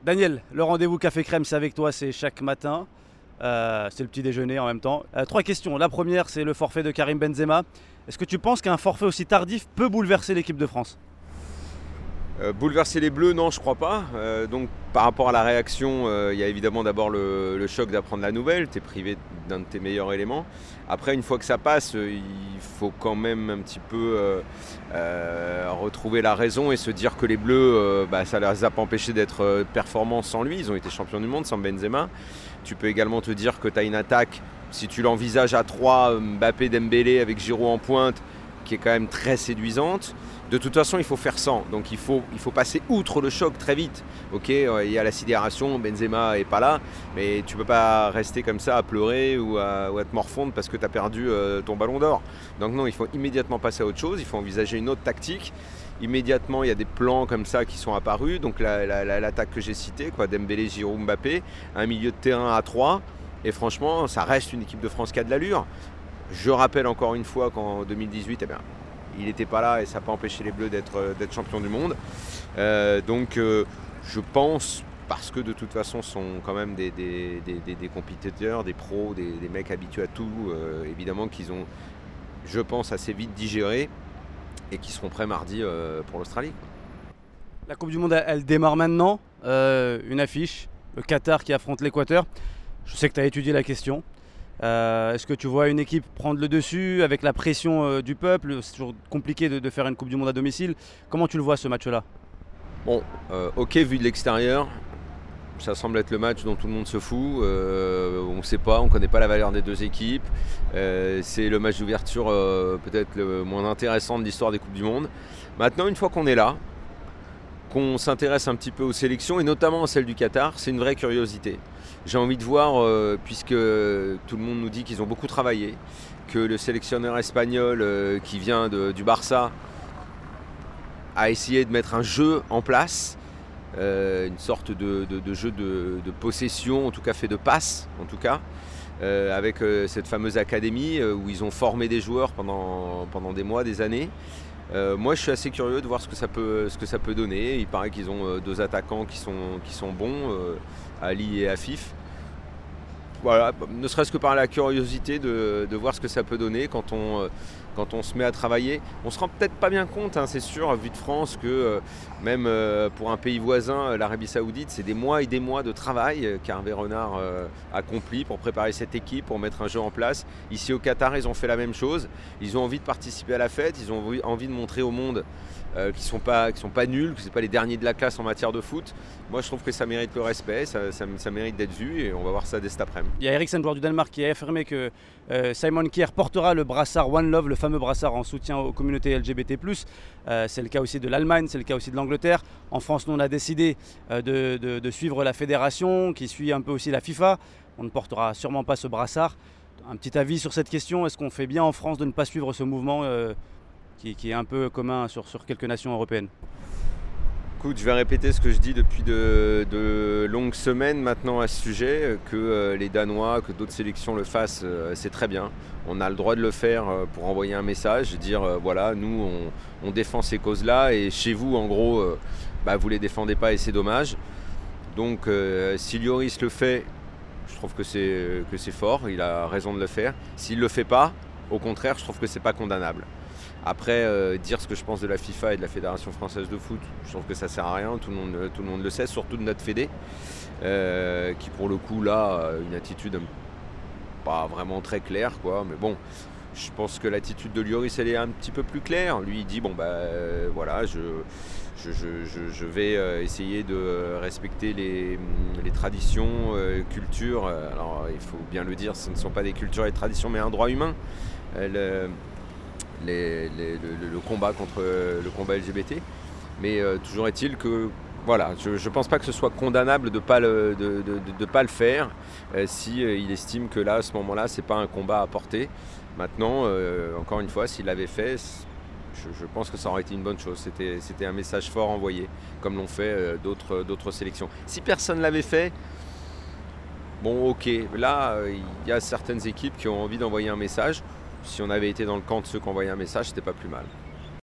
Daniel, le rendez-vous café crème, c'est avec toi, c'est chaque matin. C'est le petit déjeuner en même temps. Trois questions. La première, c'est le forfait de Karim Benzema. Est-ce que tu penses qu'un forfait aussi tardif peut bouleverser l'équipe de France? Bouleverser les Bleus, non, je crois pas. Donc, par rapport à la réaction, il y a évidemment d'abord le choc d'apprendre la nouvelle. Tu es privé d'un de tes meilleurs éléments. Après, une fois que ça passe, il faut quand même un petit peu retrouver la raison et se dire que les Bleus, ça ne les a pas empêchés d'être performants sans lui. Ils ont été champions du monde sans Benzema. Tu peux également te dire que tu as une attaque, si tu l'envisages à 3, Mbappé, Dembélé avec Giroud en pointe, qui est quand même très séduisante. De toute façon, il faut faire sans. Donc il faut passer outre le choc très vite. Ok, il y a la sidération, Benzema n'est pas là, mais tu ne peux pas rester comme ça à pleurer ou à te morfondre parce que tu as perdu ton ballon d'or. Donc non, il faut immédiatement passer à autre chose, il faut envisager une autre tactique. Immédiatement, il y a des plans comme ça qui sont apparus. Donc l'attaque que j'ai citée, Dembélé, Giroud, Mbappé, un milieu de terrain à 3. Et franchement, ça reste une équipe de France qui a de l'allure. Je rappelle encore une fois qu'en 2018, il n'était pas là et ça n'a pas empêché les Bleus d'être champions du monde. Je pense, parce que de toute façon ce sont quand même des compétiteurs, des pros, des mecs habitués à tout, évidemment qu'ils ont, je pense, assez vite digéré et qui seront prêts mardi pour l'Australie. La Coupe du Monde, elle démarre maintenant. Une affiche, le Qatar qui affronte l'Équateur. Je sais que tu as étudié la question. Est-ce que tu vois une équipe prendre le dessus avec la pression du peuple? C'est toujours compliqué de faire une Coupe du Monde à domicile. Comment tu le vois ce match-là? Bon, ok, vu de l'extérieur, ça semble être le match dont tout le monde se fout. On ne sait pas, on ne connaît pas la valeur des deux équipes. C'est le match d'ouverture peut-être le moins intéressant de l'histoire des Coupes du Monde. Maintenant, une fois qu'on est là, qu'on s'intéresse un petit peu aux sélections, et notamment à celle du Qatar, c'est une vraie curiosité. J'ai envie de voir, puisque tout le monde nous dit qu'ils ont beaucoup travaillé, que le sélectionneur espagnol qui vient du Barça a essayé de mettre un jeu en place, une sorte de jeu de possession, en tout cas fait de passes, en tout cas, avec cette fameuse académie où ils ont formé des joueurs pendant des mois, des années. Moi je suis assez curieux de voir ce que ça peut donner. Il paraît qu'ils ont deux attaquants qui sont bons, Ali et Afif. Voilà, ne serait-ce que par la curiosité de voir ce que ça peut donner quand on se met à travailler. On se rend peut-être pas bien compte, c'est sûr, vu de France, que même pour un pays voisin, l'Arabie Saoudite, c'est des mois et des mois de travail qu'Hervé Renard accomplit pour préparer cette équipe, pour mettre un jeu en place. Ici au Qatar, ils ont fait la même chose. Ils ont envie de participer à la fête, ils ont envie de montrer au monde qu'ils sont pas nuls, que ce n'est pas les derniers de la classe en matière de foot. Moi, je trouve que ça mérite le respect, ça mérite d'être vu et on va voir ça dès cet après-midi. Il y a Eriksen, joueur du Danemark, qui a affirmé que Simon Kjær portera le brassard One Love, le fameux brassard en soutien aux communautés LGBT+. C'est le cas aussi de l'Allemagne, c'est le cas aussi de l'Angleterre. En France, nous, on a décidé de suivre la fédération, qui suit un peu aussi la FIFA. On ne portera sûrement pas ce brassard. Un petit avis sur cette question, est-ce qu'on fait bien en France de ne pas suivre ce mouvement qui est un peu commun sur quelques nations européennes? Écoute, je vais répéter ce que je dis depuis de longues semaines maintenant à ce sujet, que les Danois, que d'autres sélections le fassent, c'est très bien. On a le droit de le faire pour envoyer un message, dire voilà, nous on défend ces causes-là et chez vous en gros, vous les défendez pas et c'est dommage. Donc si Lloris le fait, je trouve que c'est fort, il a raison de le faire. S'il le fait pas, au contraire, je trouve que c'est pas condamnable. Après, dire ce que je pense de la FIFA et de la Fédération française de foot, je trouve que ça sert à rien, tout le monde le sait, surtout de notre fédé, qui pour le coup là, a une attitude pas vraiment très claire, quoi. Mais bon, je pense que l'attitude de Lloris, elle est un petit peu plus claire. Lui, il dit, voilà, je vais essayer de respecter les traditions, cultures. Alors, il faut bien le dire, ce ne sont pas des cultures et des traditions, mais un droit humain. Le combat contre le combat LGBT, mais toujours est-il que voilà, je ne pense pas que ce soit condamnable de pas le faire si il estime que là, à ce moment-là, c'est pas un combat à porter. Maintenant, encore une fois, s'il l'avait fait, je pense que ça aurait été une bonne chose. C'était un message fort envoyé, comme l'ont fait d'autres sélections. Si personne l'avait fait, bon, ok, là, il y a certaines équipes qui ont envie d'envoyer un message. Si on avait été dans le camp de ceux qui envoyaient un message, c'était pas plus mal.